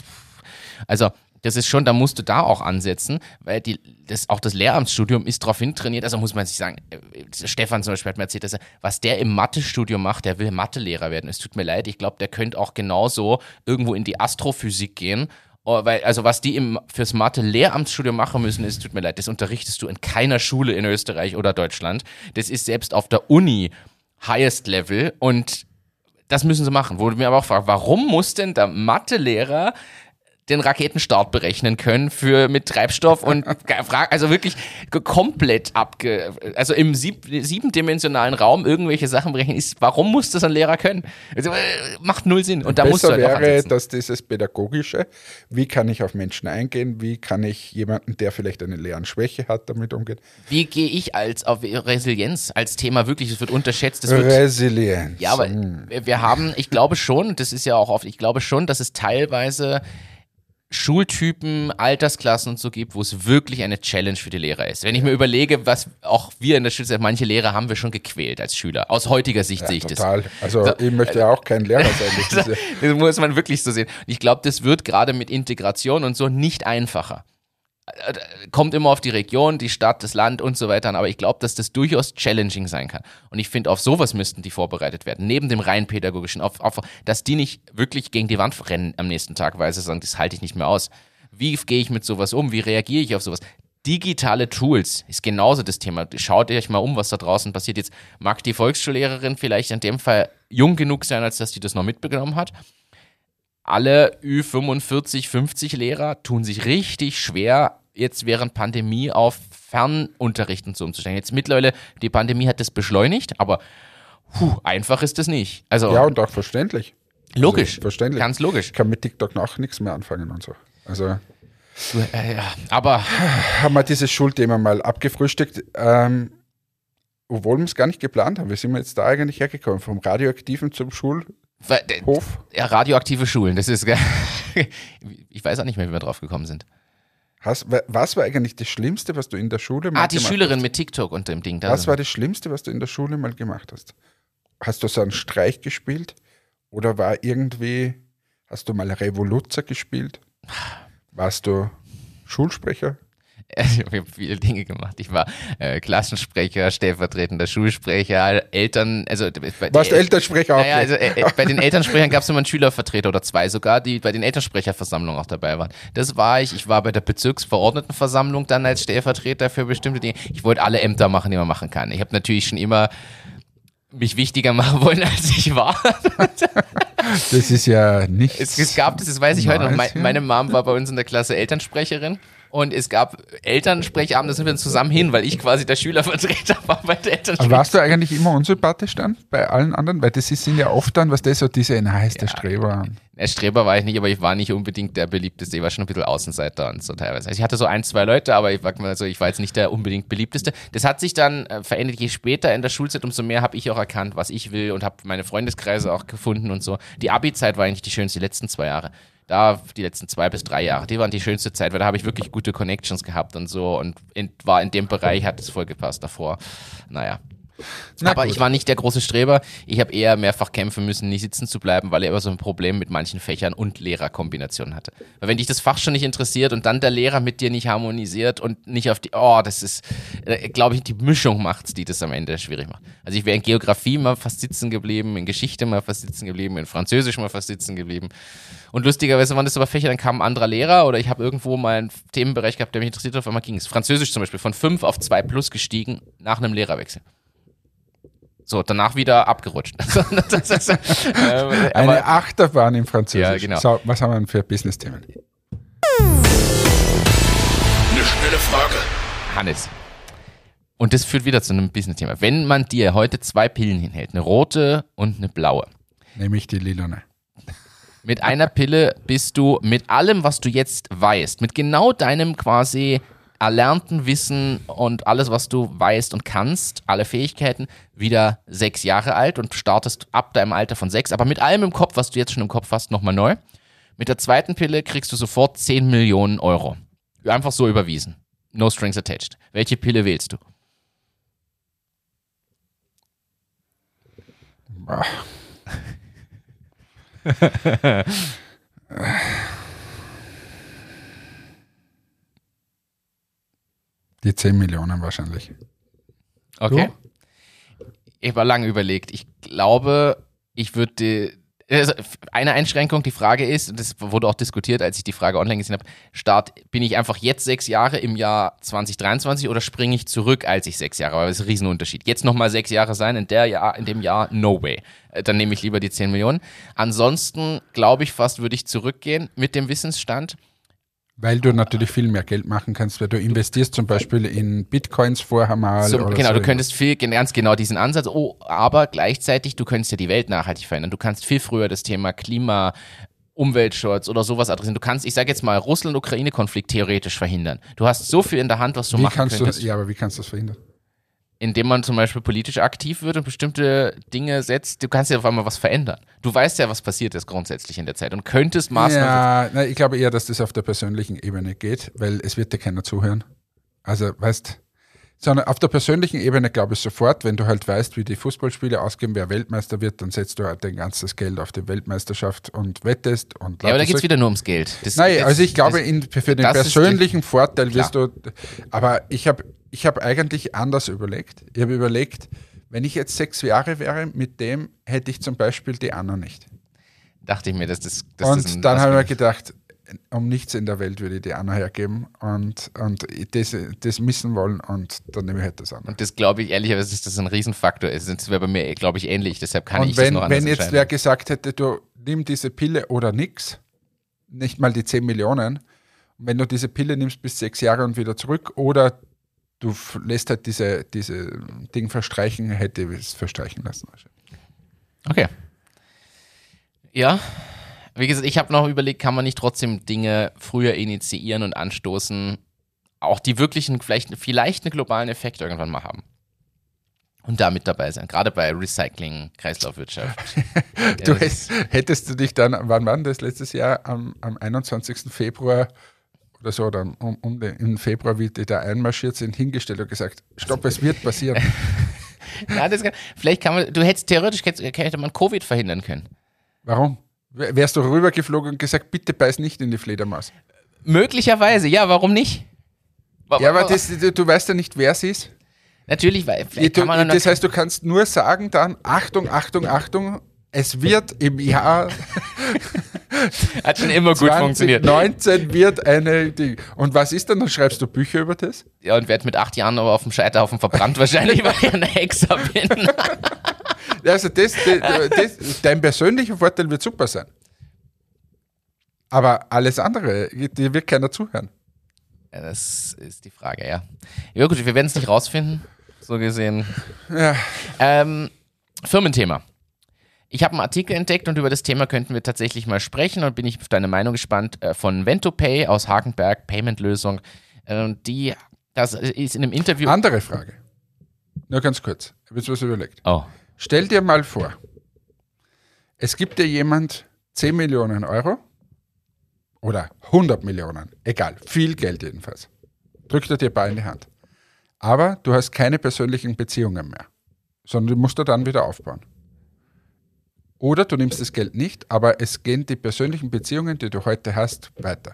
Also das ist schon, da musst du da auch ansetzen, weil auch das Lehramtsstudium ist darauf hintrainiert, also muss man sich sagen, Stefan zum Beispiel hat mir erzählt, was der im Mathestudium macht, der will Mathelehrer werden. Es tut mir leid, ich glaube, der könnte auch genauso irgendwo in die Astrophysik gehen, weil, also was die fürs Mathe-Lehramtsstudium machen müssen, ist, tut mir leid, das unterrichtest du in keiner Schule in Österreich oder Deutschland. Das ist selbst auf der Uni Highest Level und das müssen sie machen. Wo du mir aber auch fragst, warum muss denn der Mathelehrer den Raketenstart berechnen können mit Treibstoff und also wirklich komplett also im 7-dimensionalen Raum irgendwelche Sachen berechnen, warum muss das ein Lehrer können? Also, macht null Sinn. Und da musst du halt auch ansetzen. Dass dieses Pädagogische, wie kann ich auf Menschen eingehen, wie kann ich jemanden, der vielleicht eine Lernschwäche hat, damit umgehen? Wie gehe ich auf Resilienz als Thema wirklich, das wird unterschätzt. Resilienz. Ja, aber wir haben, ich glaube schon, das ist ja auch oft, ich glaube schon, dass es teilweise Schultypen, Altersklassen und so gibt, wo es wirklich eine Challenge für die Lehrer ist. Wenn ich mir überlege, was auch wir in der Schulzeit, manche Lehrer haben wir schon gequält als Schüler. Aus heutiger Sicht sehe ich total. Also ich möchte auch kein Lehrer sein. Das muss man wirklich so sehen. Und ich glaube, das wird gerade mit Integration und so nicht einfacher. Kommt immer auf die Region, die Stadt, das Land und so weiter an, aber ich glaube, dass das durchaus challenging sein kann. Und ich finde, auf sowas müssten die vorbereitet werden, neben dem rein pädagogischen, dass die nicht wirklich gegen die Wand rennen am nächsten Tag, weil sie sagen, das halte ich nicht mehr aus. Wie gehe ich mit sowas um? Wie reagiere ich auf sowas? Digitale Tools ist genauso das Thema. Schaut euch mal um, was da draußen passiert. Jetzt mag die Volksschullehrerin vielleicht in dem Fall jung genug sein, als dass die das noch mitbekommen hat. Alle Ü45, 50 Lehrer tun sich richtig schwer, jetzt während Pandemie auf Fernunterricht und so umzusteigen. Jetzt mittlerweile, die Pandemie hat das beschleunigt, aber einfach ist das nicht. Also, ja, und auch verständlich. Logisch, also, verständlich. Ganz logisch. Ich kann mit TikTok noch nichts mehr anfangen und so. Also, aber haben wir dieses Schulthema mal abgefrühstückt. obwohl wir es gar nicht geplant haben, wie sind wir jetzt da eigentlich hergekommen? Vom Radioaktiven zum Schulhof? Ja, radioaktive Schulen, das ist, ich weiß auch nicht mehr, wie wir drauf gekommen sind. Was war eigentlich das Schlimmste, was du in der Schule mal gemacht hast? Die Schülerin mit TikTok und dem Ding. Was war das Schlimmste, was du in der Schule mal gemacht hast? Hast du so einen Streich gespielt? Oder hast du mal Revoluzer gespielt? Warst du Schulsprecher? Ich habe viele Dinge gemacht. Ich war Klassensprecher, stellvertretender Schulsprecher, Eltern, Warst du Elternsprecher auch? Naja, also bei den Elternsprechern gab es immer einen Schülervertreter oder zwei sogar, die bei den Elternsprecherversammlungen auch dabei waren. Das war ich. Ich war bei der Bezirksverordnetenversammlung dann als Stellvertreter für bestimmte Dinge. Ich wollte alle Ämter machen, die man machen kann. Ich habe natürlich schon immer mich wichtiger machen wollen, als ich war. Das ist ja nichts. Es gab das weiß ich heute noch. Meine Mom war bei uns in der Klasse Elternsprecherin. Und es gab Elternsprecherabend, da sind wir zusammen hin, weil ich quasi der Schülervertreter war bei der Elternsprecherin. Aber warst du eigentlich immer unsympathisch dann bei allen anderen? Weil sind ja oft dann, was das so diese ist der Streber. Der Streber war ich nicht, aber ich war nicht unbedingt der beliebteste. Ich war schon ein bisschen Außenseiter und so teilweise. Also ich hatte so 1, 2 Leute, aber ich war jetzt nicht der unbedingt beliebteste. Das hat sich dann verändert. Je später in der Schulzeit, umso mehr habe ich auch erkannt, was ich will und habe meine Freundeskreise auch gefunden und so. Die Abi-Zeit war eigentlich die schönste, die letzten 2 Jahre. Da die letzten 2 bis 3 Jahre, die waren die schönste Zeit, weil da habe ich wirklich gute Connections gehabt und so und war in dem Bereich, hat es voll gepasst davor. Naja. Aber ich war nicht der große Streber. Ich habe eher mehrfach kämpfen müssen, nicht sitzen zu bleiben, weil ich immer so ein Problem mit manchen Fächern und Lehrerkombinationen hatte. Weil wenn dich das Fach schon nicht interessiert und dann der Lehrer mit dir nicht harmonisiert und nicht auf das ist, glaube ich, die Mischung macht's, die das am Ende schwierig macht. Also ich wäre in Geografie mal fast sitzen geblieben, in Geschichte mal fast sitzen geblieben, in Französisch mal fast sitzen geblieben. Und lustigerweise waren das aber Fächer, dann kam ein anderer Lehrer oder ich habe irgendwo mal einen Themenbereich gehabt, der mich interessiert hat, auf einmal ging es. Französisch zum Beispiel, von 5 auf 2+ gestiegen nach einem Lehrerwechsel. So, danach wieder abgerutscht. Eine Achterbahn im Französisch. Ja, genau. So, was haben wir denn für Business-Themen? Eine schnelle Frage. Hannes. Und das führt wieder zu einem Business-Thema. Wenn man dir heute 2 Pillen hinhält, eine rote und eine blaue. Nämlich die lilane. Mit einer Pille bist du mit allem, was du jetzt weißt, mit genau deinem quasi erlernten Wissen und alles, was du weißt und kannst, alle Fähigkeiten, wieder 6 Jahre alt und startest ab deinem Alter von 6, aber mit allem im Kopf, was du jetzt schon im Kopf hast, nochmal neu. Mit der zweiten Pille kriegst du sofort 10 Millionen Euro. Einfach so überwiesen. No strings attached. Welche Pille wählst du? Die 10 Millionen wahrscheinlich. Okay. Ich habe lange überlegt. Ich glaube, ich würde eine Einschränkung, die Frage ist, und das wurde auch diskutiert, als ich die Frage online gesehen habe, bin ich einfach jetzt 6 Jahre im Jahr 2023 oder springe ich zurück, als ich 6 Jahre war? Das ist ein Riesenunterschied. Jetzt nochmal 6 Jahre sein, in dem Jahr, no way. Dann nehme ich lieber die 10 Millionen. Ansonsten, glaube ich fast, würde ich zurückgehen mit dem Wissensstand. Weil du natürlich viel mehr Geld machen kannst, weil du investierst zum Beispiel in Bitcoins vorher mal. Du könntest ganz genau diesen Ansatz, aber gleichzeitig, du könntest ja die Welt nachhaltig verändern. Du kannst viel früher das Thema Klima, Umweltschutz oder sowas adressieren. Du kannst, ich sage jetzt mal, Russland-Ukraine-Konflikt theoretisch verhindern. Du hast so viel in der Hand, was du machen könntest. Aber wie kannst du das verhindern? Indem man zum Beispiel politisch aktiv wird und bestimmte Dinge setzt, du kannst ja auf einmal was verändern. Du weißt ja, was passiert ist grundsätzlich in der Zeit und könntest Maßnahmen... Ja, ich glaube eher, dass das auf der persönlichen Ebene geht, weil es wird dir keiner zuhören. Also, sondern auf der persönlichen Ebene glaube ich sofort, wenn du halt weißt, wie die Fußballspiele ausgehen, wer Weltmeister wird, dann setzt du halt dein ganzes Geld auf die Weltmeisterschaft und wettest. Und ja, aber da geht es wieder nur ums Geld. Also ich glaube, für den persönlichen Vorteil wirst du... Aber ich habe eigentlich anders überlegt. Ich habe überlegt, wenn ich jetzt 6 Jahre wäre, mit dem hätte ich zum Beispiel die Anno nicht. Dachte ich mir, dass das und dann habe ich mir gedacht, um nichts in der Welt würde ich die Anno hergeben und das missen wollen und dann nehme ich halt das an. Und das glaube ich ehrlicherweise, dass das ein Riesenfaktor ist. Das wäre bei mir, glaube ich, ähnlich. Deshalb kann ich das noch anders entscheiden. Wenn jetzt wer gesagt hätte, du nimm diese Pille oder nix, nicht mal die 10 Millionen, und wenn du diese Pille nimmst bis 6 Jahre und wieder zurück oder du lässt halt diese Ding verstreichen, hätte ich es verstreichen lassen. Okay. Ja, wie gesagt, ich habe noch überlegt, kann man nicht trotzdem Dinge früher initiieren und anstoßen, auch die wirklichen, vielleicht einen globalen Effekt irgendwann mal haben. und da mit dabei sein, gerade bei Recycling, Kreislaufwirtschaft. Hättest du dich dann, wann war das letztes Jahr, am 21. Februar oder so, oder im Februar, wie die da einmarschiert sind, hingestellt und gesagt, stopp, es wird passieren. Ja, vielleicht hätte man Covid verhindern können. Warum? Wärst du rübergeflogen und gesagt, bitte beiß nicht in die Fledermaus? Möglicherweise, ja, warum nicht? Ja, aber du weißt ja nicht, wer es ist. Natürlich, weil das heißt, du kannst nur sagen dann, Achtung, Achtung, Achtung, es wird im Jahr hat schon immer gut funktioniert. 2019 wird eine Ding. Und was ist dann? Dann schreibst du Bücher über das? Ja, und werd mit 8 Jahren aber auf dem Scheiterhaufen verbrannt wahrscheinlich, weil ich eine Hexer bin. Also dein persönlicher Vorteil wird super sein. Aber alles andere, dir wird keiner zuhören. Ja, das ist die Frage, ja. Ja gut, wir werden es nicht rausfinden, so gesehen. Ja. Firmenthema. Ich habe einen Artikel entdeckt und über das Thema könnten wir tatsächlich mal sprechen und bin ich auf deine Meinung gespannt, von VentoPay aus Hagenberg, Payment-Lösung. Das ist in einem Interview... Andere Frage. Nur ganz kurz. Ich habe jetzt was überlegt. Oh. Stell dir mal vor, es gibt dir jemand 10 Millionen Euro oder 100 Millionen, egal, viel Geld jedenfalls. Drückt er dir bar in die Hand. Aber du hast keine persönlichen Beziehungen mehr, sondern du musst da dann wieder aufbauen. Oder du nimmst das Geld nicht, aber es gehen die persönlichen Beziehungen, die du heute hast, weiter.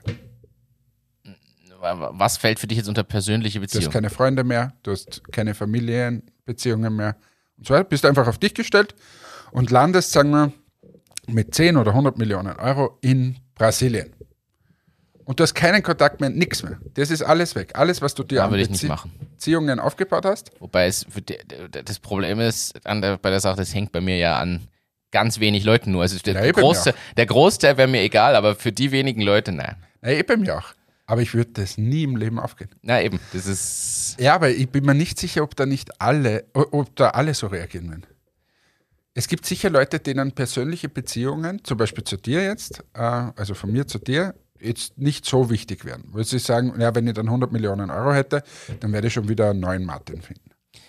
Was fällt für dich jetzt unter persönliche Du Beziehungen? hast keine Freunde mehr, du hast keine Familienbeziehungen mehr. Und so weiter. Bist einfach auf dich gestellt und landest, sagen wir, mit 10 oder 100 Millionen Euro in Brasilien. Und du hast keinen Kontakt mehr, nichts mehr. Das ist alles weg. Alles, was du dir an Beziehungen aufgebaut hast. Wobei das Problem ist bei der Sache, das hängt bei mir ja an ganz wenig Leuten nur. Also der Großteil wäre mir egal, aber für die wenigen Leute, nein. Ja, bei mir auch. Aber ich würde das nie im Leben aufgehen. Na eben, das ist... Ja, aber ich bin mir nicht sicher, ob da alle so reagieren werden. Es gibt sicher Leute, denen persönliche Beziehungen, zum Beispiel zu dir jetzt, also von mir zu dir, jetzt nicht so wichtig werden. Weil sie sagen, ja, wenn ich dann 100 Millionen Euro hätte, dann werde ich schon wieder einen neuen Martin finden.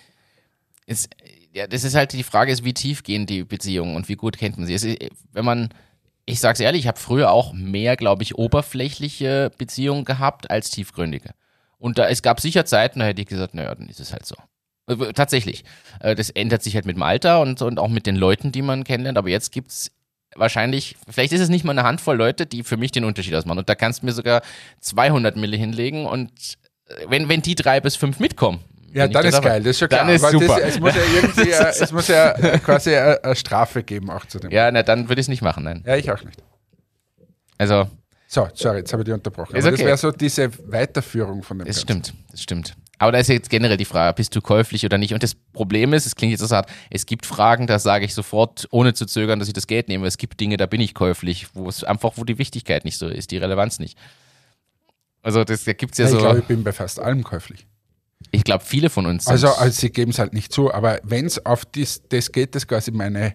Das ist halt die Frage, wie tief gehen die Beziehungen und wie gut kennt man sie. Ich sag's ehrlich, ich habe früher auch mehr, glaube ich, oberflächliche Beziehungen gehabt als tiefgründige. Und es gab sicher Zeiten, da hätte ich gesagt, naja, dann ist es halt so. Tatsächlich. Das ändert sich halt mit dem Alter und auch mit den Leuten, die man kennenlernt. Aber jetzt gibt's wahrscheinlich, vielleicht ist es nicht mal eine Handvoll Leute, die für mich den Unterschied ausmachen. Und da kannst du mir sogar 200 Mille hinlegen und wenn die 3 bis 5 mitkommen. Ja, dann ist geil, das ist schon klar. Dann ist super. Es muss ja irgendwie, es muss ja quasi eine Strafe geben auch zu dem. Ja, na, dann würde ich es nicht machen, nein. Ja, ich auch nicht. Also. So, sorry, jetzt habe ich dich unterbrochen. Aber okay. Das wäre so diese Weiterführung von dem Ganzen. Das stimmt. Aber da ist jetzt generell die Frage, bist du käuflich oder nicht? Und das Problem ist, es klingt jetzt so hart, es gibt Fragen, da sage ich sofort, ohne zu zögern, dass ich das Geld nehme. Es gibt Dinge, da bin ich käuflich, wo die Wichtigkeit nicht so ist, die Relevanz nicht. Also da gibt es ja so. Ich glaube, ich bin bei fast allem käuflich. Ich glaube, viele von uns sind. Also sie geben es halt nicht zu, aber wenn es auf das geht, das quasi meine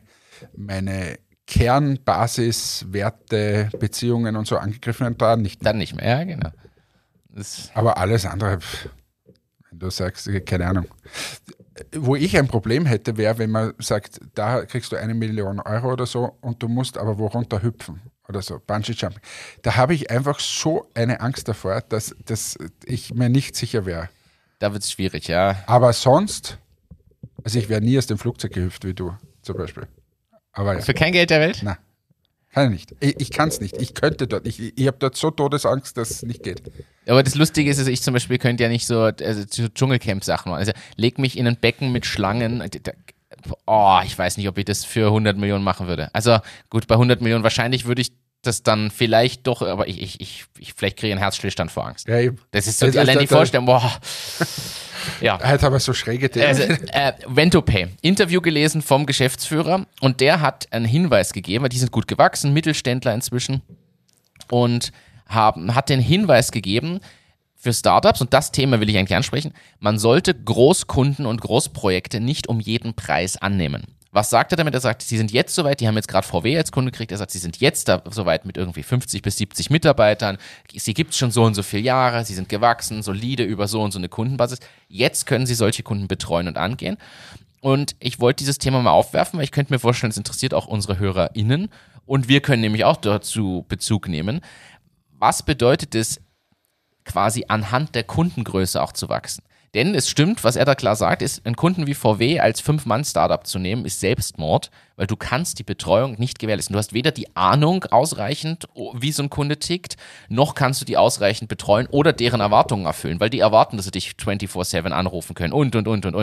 Kernbasiswerte, Beziehungen und so angegriffen werden, dann nicht mehr. Dann nicht mehr, ja, genau. Aber alles andere, wenn du sagst, keine Ahnung. Wo ich ein Problem hätte, wäre, wenn man sagt, da kriegst du 1 Million Euro oder so und du musst aber wo runter hüpfen oder so, Bungee Jumping. Da habe ich einfach so eine Angst davor, dass ich mir nicht sicher wäre. Da wird es schwierig, ja. Aber sonst, also ich wäre nie aus dem Flugzeug gehüpft wie du zum Beispiel. Aber ja. Für kein Geld der Welt? Nein, kann ich nicht. Ich kann es nicht. Ich könnte dort. Ich habe dort so Todesangst, dass es nicht geht. Aber das Lustige ist, also ich zum Beispiel könnte ja nicht so Dschungelcamp-Sachen machen. Also leg mich in ein Becken mit Schlangen. Ich weiß nicht, ob ich das für 100 Millionen machen würde. Also gut, bei 100 Millionen wahrscheinlich würde ich das dann vielleicht doch, aber ich vielleicht kriege ich einen Herzstillstand vor Angst. Ja, eben. Das ist so allein die Vorstellung, boah. Ja. Halt aber so schräge Themen. Also, VentoPay, Interview gelesen vom Geschäftsführer und der hat einen Hinweis gegeben, weil die sind gut gewachsen, Mittelständler inzwischen und hat den Hinweis gegeben für Startups und das Thema will ich eigentlich ansprechen, man sollte Großkunden und Großprojekte nicht um jeden Preis annehmen. Was sagt er damit? Er sagt, sie sind jetzt soweit, die haben jetzt gerade VW als Kunde gekriegt, er sagt, sie sind jetzt da soweit mit irgendwie 50 bis 70 Mitarbeitern, sie gibt es schon so und so viele Jahre, sie sind gewachsen, solide über so und so eine Kundenbasis, jetzt können sie solche Kunden betreuen und angehen Und ich wollte dieses Thema mal aufwerfen, weil ich könnte mir vorstellen, es interessiert auch unsere HörerInnen. Und wir können nämlich auch dazu Bezug nehmen. Was bedeutet es, quasi anhand der Kundengröße auch zu wachsen? Denn es stimmt, was er da klar sagt, ist, einen Kunden wie VW als 5-Mann-Startup zu nehmen, ist Selbstmord, weil du kannst die Betreuung nicht gewährleisten. Du hast weder die Ahnung ausreichend, wie so ein Kunde tickt, noch kannst du die ausreichend betreuen oder deren Erwartungen erfüllen, weil die erwarten, dass sie dich 24/7 anrufen können und.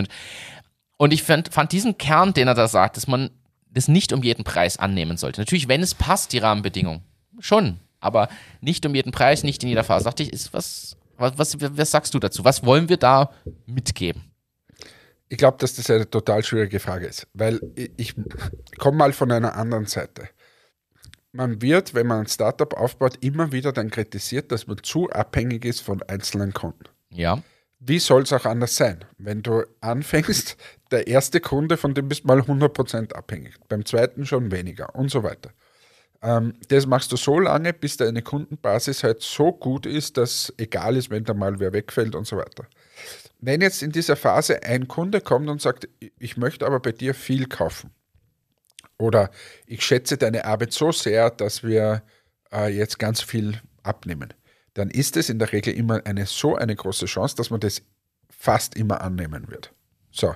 Und ich fand diesen Kern, den er da sagt, dass man das nicht um jeden Preis annehmen sollte. Natürlich, wenn es passt, die Rahmenbedingungen, schon, aber nicht um jeden Preis, nicht in jeder Phase. Dachte ich, ist was sagst du dazu? Was wollen wir da mitgeben? Ich glaube, dass das eine total schwierige Frage ist, weil ich komme mal von einer anderen Seite. Man wird, wenn man ein Startup aufbaut, immer wieder dann kritisiert, dass man zu abhängig ist von einzelnen Kunden. Ja. Wie soll es auch anders sein? Wenn du anfängst, der erste Kunde, von dem bist du mal 100% abhängig, beim zweiten schon weniger und so weiter. Das machst du so lange, bis deine Kundenbasis halt so gut ist, dass egal ist, wenn da mal wer wegfällt und so weiter. Wenn jetzt in dieser Phase ein Kunde kommt und sagt, ich möchte aber bei dir viel kaufen oder ich schätze deine Arbeit so sehr, dass wir jetzt ganz viel abnehmen, dann ist es in der Regel immer eine große Chance, dass man das fast immer annehmen wird. So.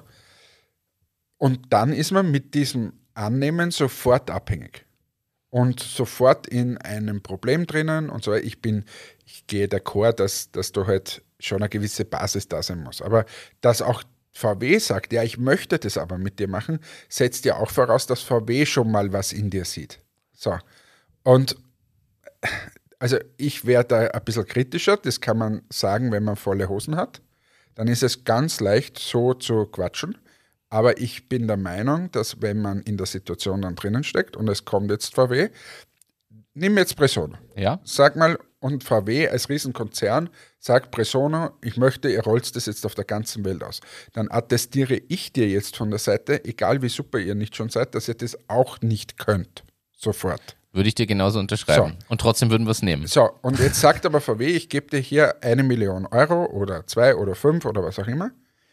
Und dann ist man mit diesem Annehmen sofort abhängig. Und sofort in einem Problem drinnen und so. Ich gehe d'accord, dass du halt schon eine gewisse Basis da sein muss. Aber dass auch VW sagt, ja, ich möchte das aber mit dir machen, setzt ja auch voraus, dass VW schon mal was in dir sieht. So. Und also ich wäre da ein bisschen kritischer, das kann man sagen, wenn man volle Hosen hat. Dann ist es ganz leicht, so zu quatschen. Aber ich bin der Meinung, dass wenn man in der Situation dann drinnen steckt und es kommt jetzt VW, nimm jetzt Presono. Ja. Sag mal, und VW als Riesenkonzern sagt Presono, ich möchte, ihr rollt das jetzt auf der ganzen Welt aus. Dann attestiere ich dir jetzt von der Seite, egal wie super ihr nicht schon seid, dass ihr das auch nicht könnt. Sofort. Würde ich dir genauso unterschreiben. So. Und trotzdem würden wir es nehmen. So, und jetzt sagt aber VW, ich gebe dir hier 1 Million Euro oder 2 oder 5 oder was auch immer.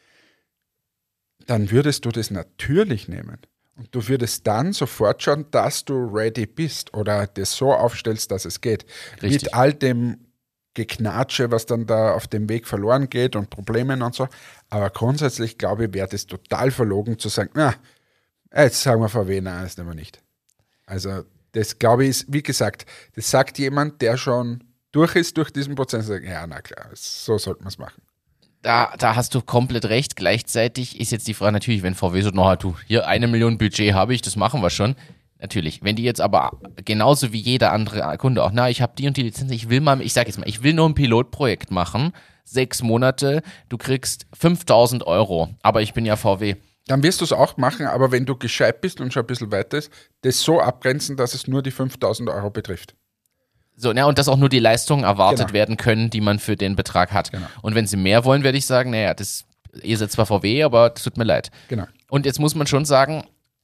Dann würdest du das natürlich nehmen. Und du würdest dann sofort schauen, dass du ready bist oder das so aufstellst, dass es geht. Richtig. Mit all dem Geknatsche, was dann da auf dem Weg verloren geht und Problemen und so. Aber grundsätzlich, glaube ich, wäre das total verlogen zu sagen, na, jetzt sagen wir VW, nein, das nehmen wir nicht. Also das, glaube ich, ist, wie gesagt, das sagt jemand, der schon durch ist durch diesen Prozess und sagt, ja, na klar, so sollte man es machen. Da hast du komplett recht. Gleichzeitig ist jetzt die Frage natürlich, wenn VW so, na du, hier 1 Million Budget habe ich, das machen wir schon. Natürlich. Wenn die jetzt aber genauso wie jeder andere Kunde auch, na, ich habe die und die Lizenz, ich will nur ein Pilotprojekt machen, 6 Monate, du kriegst 5.000 Euro, aber ich bin ja VW. Dann wirst du es auch machen, aber wenn du gescheit bist und schon ein bisschen weiter ist, das so abgrenzen, dass es nur die 5.000 Euro betrifft. So, ja, und dass auch nur die Leistungen erwartet werden können, die man für den Betrag hat. Genau. Und wenn sie mehr wollen, werde ich sagen, naja, ihr seid zwar VW, aber das tut mir leid. Genau. Und jetzt muss man schon sagen,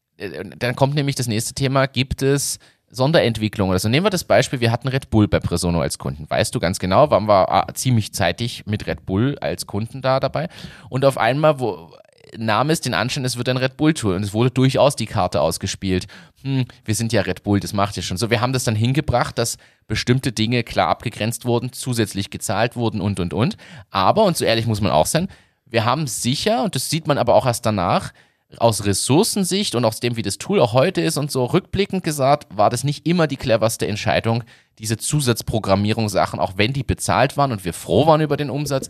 dann kommt nämlich das nächste Thema, gibt es Sonderentwicklungen? Also nehmen wir das Beispiel, wir hatten Red Bull bei Presono als Kunden. Weißt du ganz genau, waren wir ziemlich zeitig mit Red Bull als Kunden da dabei. Und auf einmal nahm es den Anschein, es wird ein Red Bull-Tour und es wurde durchaus die Karte ausgespielt. Wir sind ja Red Bull, das macht ja schon so. Wir haben das dann hingebracht, dass bestimmte Dinge klar abgegrenzt wurden, zusätzlich gezahlt wurden und. Aber, und so ehrlich muss man auch sein, wir haben sicher, und das sieht man aber auch erst danach, aus Ressourcensicht und aus dem, wie das Tool auch heute ist und so rückblickend gesagt, war das nicht immer die cleverste Entscheidung, diese Zusatzprogrammierungssachen, auch wenn die bezahlt waren und wir froh waren über den Umsatz.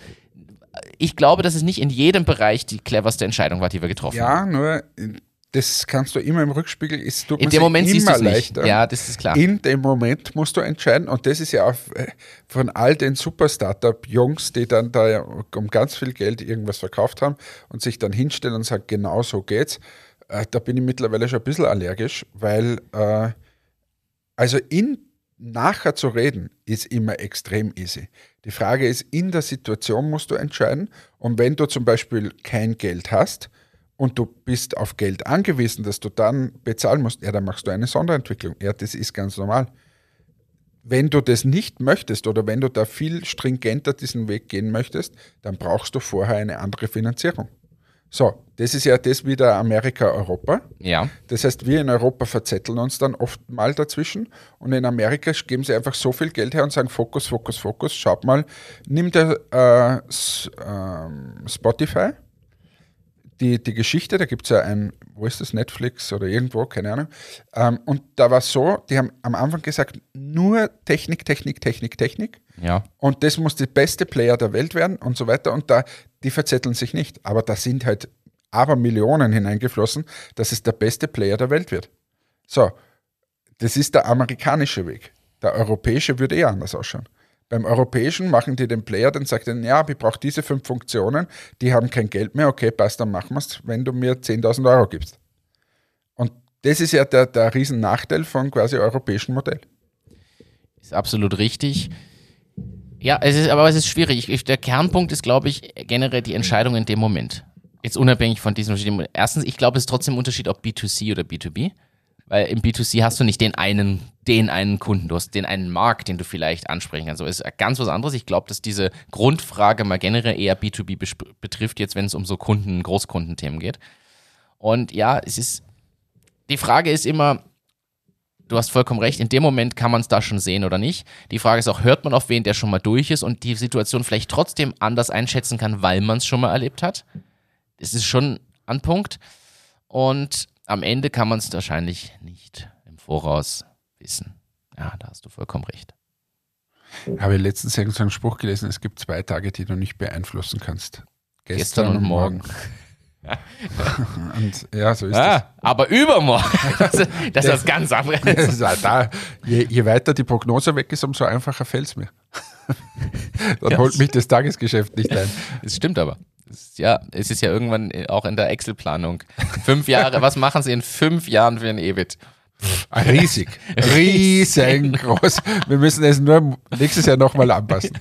Ich glaube, dass es nicht in jedem Bereich die cleverste Entscheidung war, die wir getroffen haben. Ja, nur das kannst du immer im Rückspiegel, es tut in dem Moment siehst du es nicht. leichter. Ja, das ist klar. In dem Moment musst du entscheiden und das ist ja auch von all den Super-Startup-Jungs, die dann da um ganz viel Geld irgendwas verkauft haben und sich dann hinstellen und sagen, genau so geht's. Da bin ich mittlerweile schon ein bisschen allergisch, weil also nachher zu reden ist immer extrem easy. Die Frage ist, in der Situation musst du entscheiden und wenn du zum Beispiel kein Geld hast und du bist auf Geld angewiesen, dass du dann bezahlen musst, ja, dann machst du eine Sonderentwicklung. Ja, das ist ganz normal. Wenn du das nicht möchtest oder wenn du da viel stringenter diesen Weg gehen möchtest, dann brauchst du vorher eine andere Finanzierung. So, das ist ja das wieder Amerika, Europa. Ja. Das heißt, wir in Europa verzetteln uns dann oft mal dazwischen und in Amerika geben sie einfach so viel Geld her und sagen Fokus, Fokus, Fokus, schaut mal, nimm dir Spotify, die Geschichte, da gibt es ja wo ist das, Netflix oder irgendwo, keine Ahnung, und da war es so, die haben am Anfang gesagt, nur Technik, Technik, Technik, Technik Ja. und das muss die beste Player der Welt werden und so weiter und die verzetteln sich nicht, aber da sind halt aber Millionen hineingeflossen, dass es der beste Player der Welt wird. So, das ist der amerikanische Weg. Der europäische würde eher anders ausschauen. Beim europäischen machen die den Player, dann sagt er, ja, ich brauche diese 5 Funktionen, die haben kein Geld mehr, okay, passt, dann machen wir es, wenn du mir 10.000 Euro gibst. Und das ist ja der riesen Nachteil von quasi europäischen Modell. Ist absolut richtig. Ja, es ist schwierig. Der Kernpunkt ist, glaube ich, generell die Entscheidung in dem Moment. Jetzt unabhängig von diesem Unterschied. Erstens, ich glaube, es ist trotzdem ein Unterschied, ob B2C oder B2B. Weil im B2C hast du nicht den einen Kunden, du hast den einen Markt, den du vielleicht ansprechen kannst. So ist ganz was anderes. Ich glaube, dass diese Grundfrage mal generell eher B2B betrifft, jetzt wenn es um so Großkundenthemen geht. Und ja, die Frage ist immer, du hast vollkommen recht, in dem Moment kann man es da schon sehen oder nicht. Die Frage ist auch, hört man auf wen, der schon mal durch ist und die Situation vielleicht trotzdem anders einschätzen kann, weil man es schon mal erlebt hat. Das ist schon ein Punkt. Und am Ende kann man es wahrscheinlich nicht im Voraus wissen. Ja, da hast du vollkommen recht. Habe ich letztens irgendeinen Spruch gelesen, es gibt 2 Tage, die du nicht beeinflussen kannst. Gestern und morgen. Und ja, so ist das. Aber übermorgen, das ist ganz anderes. Je weiter die Prognose weg ist, umso einfacher fällt es mir. Dann Ja. holt mich das Tagesgeschäft nicht ein. Das stimmt aber. Es ist ja irgendwann auch in der Excel-Planung. 5 Jahre, was machen Sie in 5 Jahren für ein EBIT? Riesig, riesengroß. Wir müssen es nur nächstes Jahr nochmal anpassen.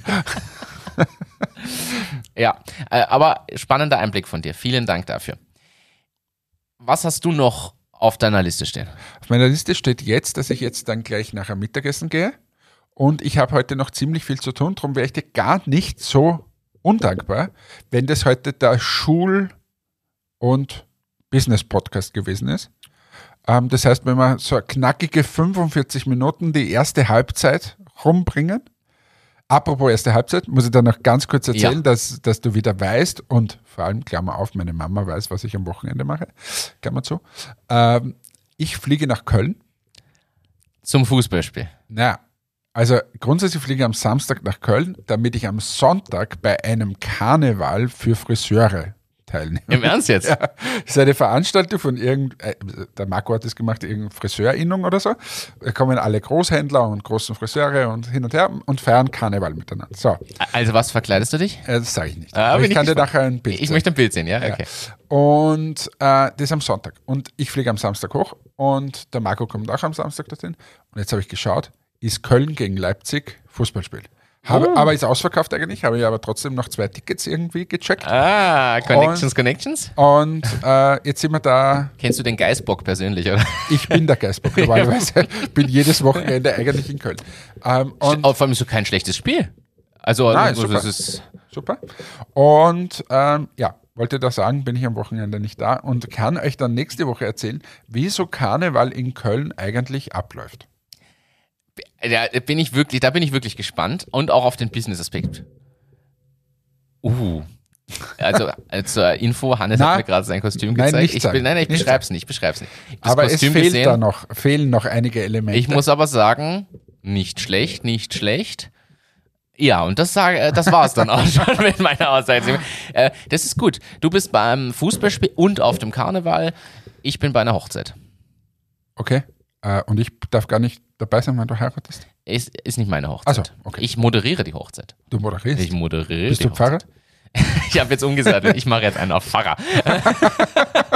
Ja, aber spannender Einblick von dir. Vielen Dank dafür. Was hast du noch auf deiner Liste stehen? Auf meiner Liste steht jetzt, dass ich jetzt dann gleich nachher Mittagessen gehe und ich habe heute noch ziemlich viel zu tun, darum wäre ich dir gar nicht so undankbar, wenn das heute der Schul- und Business-Podcast gewesen ist. Das heißt, wenn wir so knackige 45 Minuten die erste Halbzeit rumbringen. Apropos erste Halbzeit, muss ich dann noch ganz kurz erzählen, dass du wieder weißt und vor allem, Klammer auf, meine Mama weiß, was ich am Wochenende mache, Klammer zu. Ich fliege nach Köln. Zum Fußballspiel. Naja, also grundsätzlich fliege ich am Samstag nach Köln, damit ich am Sonntag bei einem Karneval für Friseure teilnehme. Im Ernst jetzt? Ja, das ist eine Veranstaltung von der Marco hat das gemacht, irgendeine Friseurinnung oder so. Da kommen alle Großhändler und großen Friseure und hin und her und feiern Karneval miteinander. So, Also was verkleidest du dich? das sage ich nicht. Ah, Aber bin ich kann dir gespannt. nachher ein Bild Ich zeigen. möchte ein Bild sehen, ja? Okay. Und das ist am Sonntag. Und ich fliege am Samstag hoch und der Marco kommt auch am Samstag dorthin. Und jetzt habe ich geschaut, ist Köln gegen Leipzig Fußballspiel. Aber ist ausverkauft eigentlich, habe ich aber trotzdem noch 2 Tickets irgendwie gecheckt. Connections. Und jetzt sind wir da. Kennst du den Geißbock persönlich, oder? Ich bin der Geistbock normalerweise. Ich bin jedes Wochenende eigentlich in Köln. Und Vor allem ist so kein schlechtes Spiel. Also, Nein, also super. das ist super. Und wollte da sagen, bin ich am Wochenende nicht da und kann euch dann nächste Woche erzählen, wie so Karneval in Köln eigentlich abläuft. da bin ich wirklich gespannt und auch auf den Business-Aspekt. Also zur Info, Hannes hat mir gerade sein Kostüm Nein, gezeigt. nicht sagen. Ich beschreib's nicht. fehlen Aber es fehlen noch einige Elemente. Ich muss aber sagen, nicht schlecht. Ja, und das war's dann auch schon mit meiner Aussage. Das ist gut. Du bist beim Fußballspiel und auf dem Karneval. Ich bin bei einer Hochzeit. Okay. Und ich darf gar nicht dabei sein, wenn du heiratest? Ist nicht meine Hochzeit. Ach so, okay. Ich moderiere die Hochzeit. Du moderierst? Ich moderiere Bist die du Pfarrer? Hochzeit. Ich habe jetzt umgesattelt. Ich mache jetzt einen auf Pfarrer.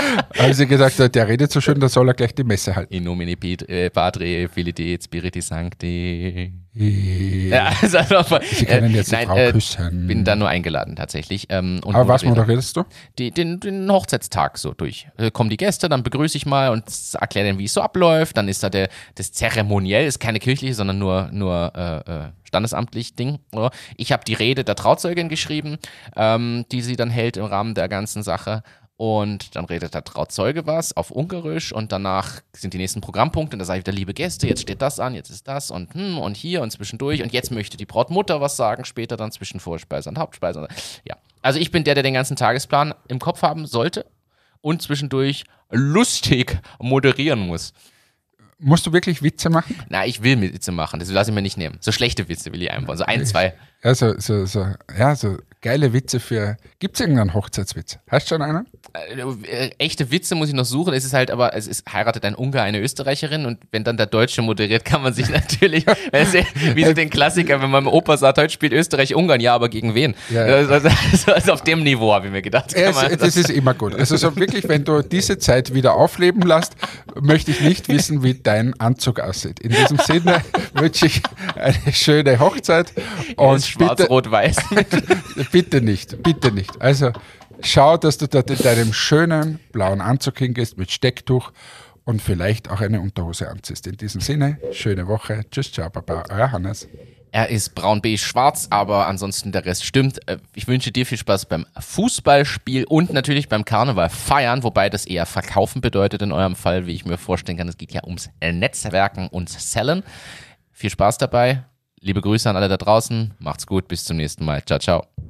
Haben sie gesagt, der redet so schön, da soll er gleich die Messe halten. In nomine Patri, Filii et Spiritus Sancti. Ja, also einfach, Sie können jetzt die Frau küssen. Bin da nur eingeladen tatsächlich. Und Aber was moderierst du? Den Hochzeitstag so durch. Kommen die Gäste, dann begrüße ich mal und erkläre denen, wie es so abläuft. Dann ist da das Zeremoniell, ist keine kirchliche, sondern nur standesamtlich Ding. Oder? Ich habe die Rede der Trauzeugin geschrieben, die sie dann hält im Rahmen der ganzen Sache. Und dann redet der Trauzeuge was auf Ungarisch und danach sind die nächsten Programmpunkte und da sage ich wieder, liebe Gäste, jetzt steht das an, jetzt ist das und hier und zwischendurch und jetzt möchte die Brautmutter was sagen, später dann zwischen Vorspeise und Hauptspeise. Ja, also ich bin der den ganzen Tagesplan im Kopf haben sollte und zwischendurch lustig moderieren muss. Musst du wirklich Witze machen? Na, ich will Witze machen, das lasse ich mir nicht nehmen. So schlechte Witze will ich einfach, so 1, 2. Ja, so geile Witze für. Gibt es irgendeinen Hochzeitswitz? Hast du schon einen? Echte Witze muss ich noch suchen. Es ist heiratet ein Ungar eine Österreicherin und wenn dann der Deutsche moderiert, kann man sich natürlich, wie so den Klassiker, wenn man im Opa sagt, heute spielt Österreich Ungarn, ja, aber gegen wen? Ja. Also auf dem Niveau habe ich mir gedacht. Das ist immer gut. Also so wirklich, wenn du diese Zeit wieder aufleben lässt, möchte ich nicht wissen, wie dein Anzug aussieht. In diesem Sinne wünsche ich eine schöne Hochzeit und schwarz-rot-weiß. Bitte nicht. Also schau, dass du dort in deinem schönen blauen Anzug hingehst mit Stecktuch und vielleicht auch eine Unterhose anziehst. In diesem Sinne, schöne Woche. Tschüss, ciao, baba, euer Hannes. Er ist braun, beige, schwarz, aber ansonsten der Rest stimmt. Ich wünsche dir viel Spaß beim Fußballspiel und natürlich beim Karneval feiern, wobei das eher verkaufen bedeutet in eurem Fall, wie ich mir vorstellen kann. Es geht ja ums Netzwerken und Sellen. Viel Spaß dabei. Liebe Grüße an alle da draußen. Macht's gut. Bis zum nächsten Mal. Ciao, ciao.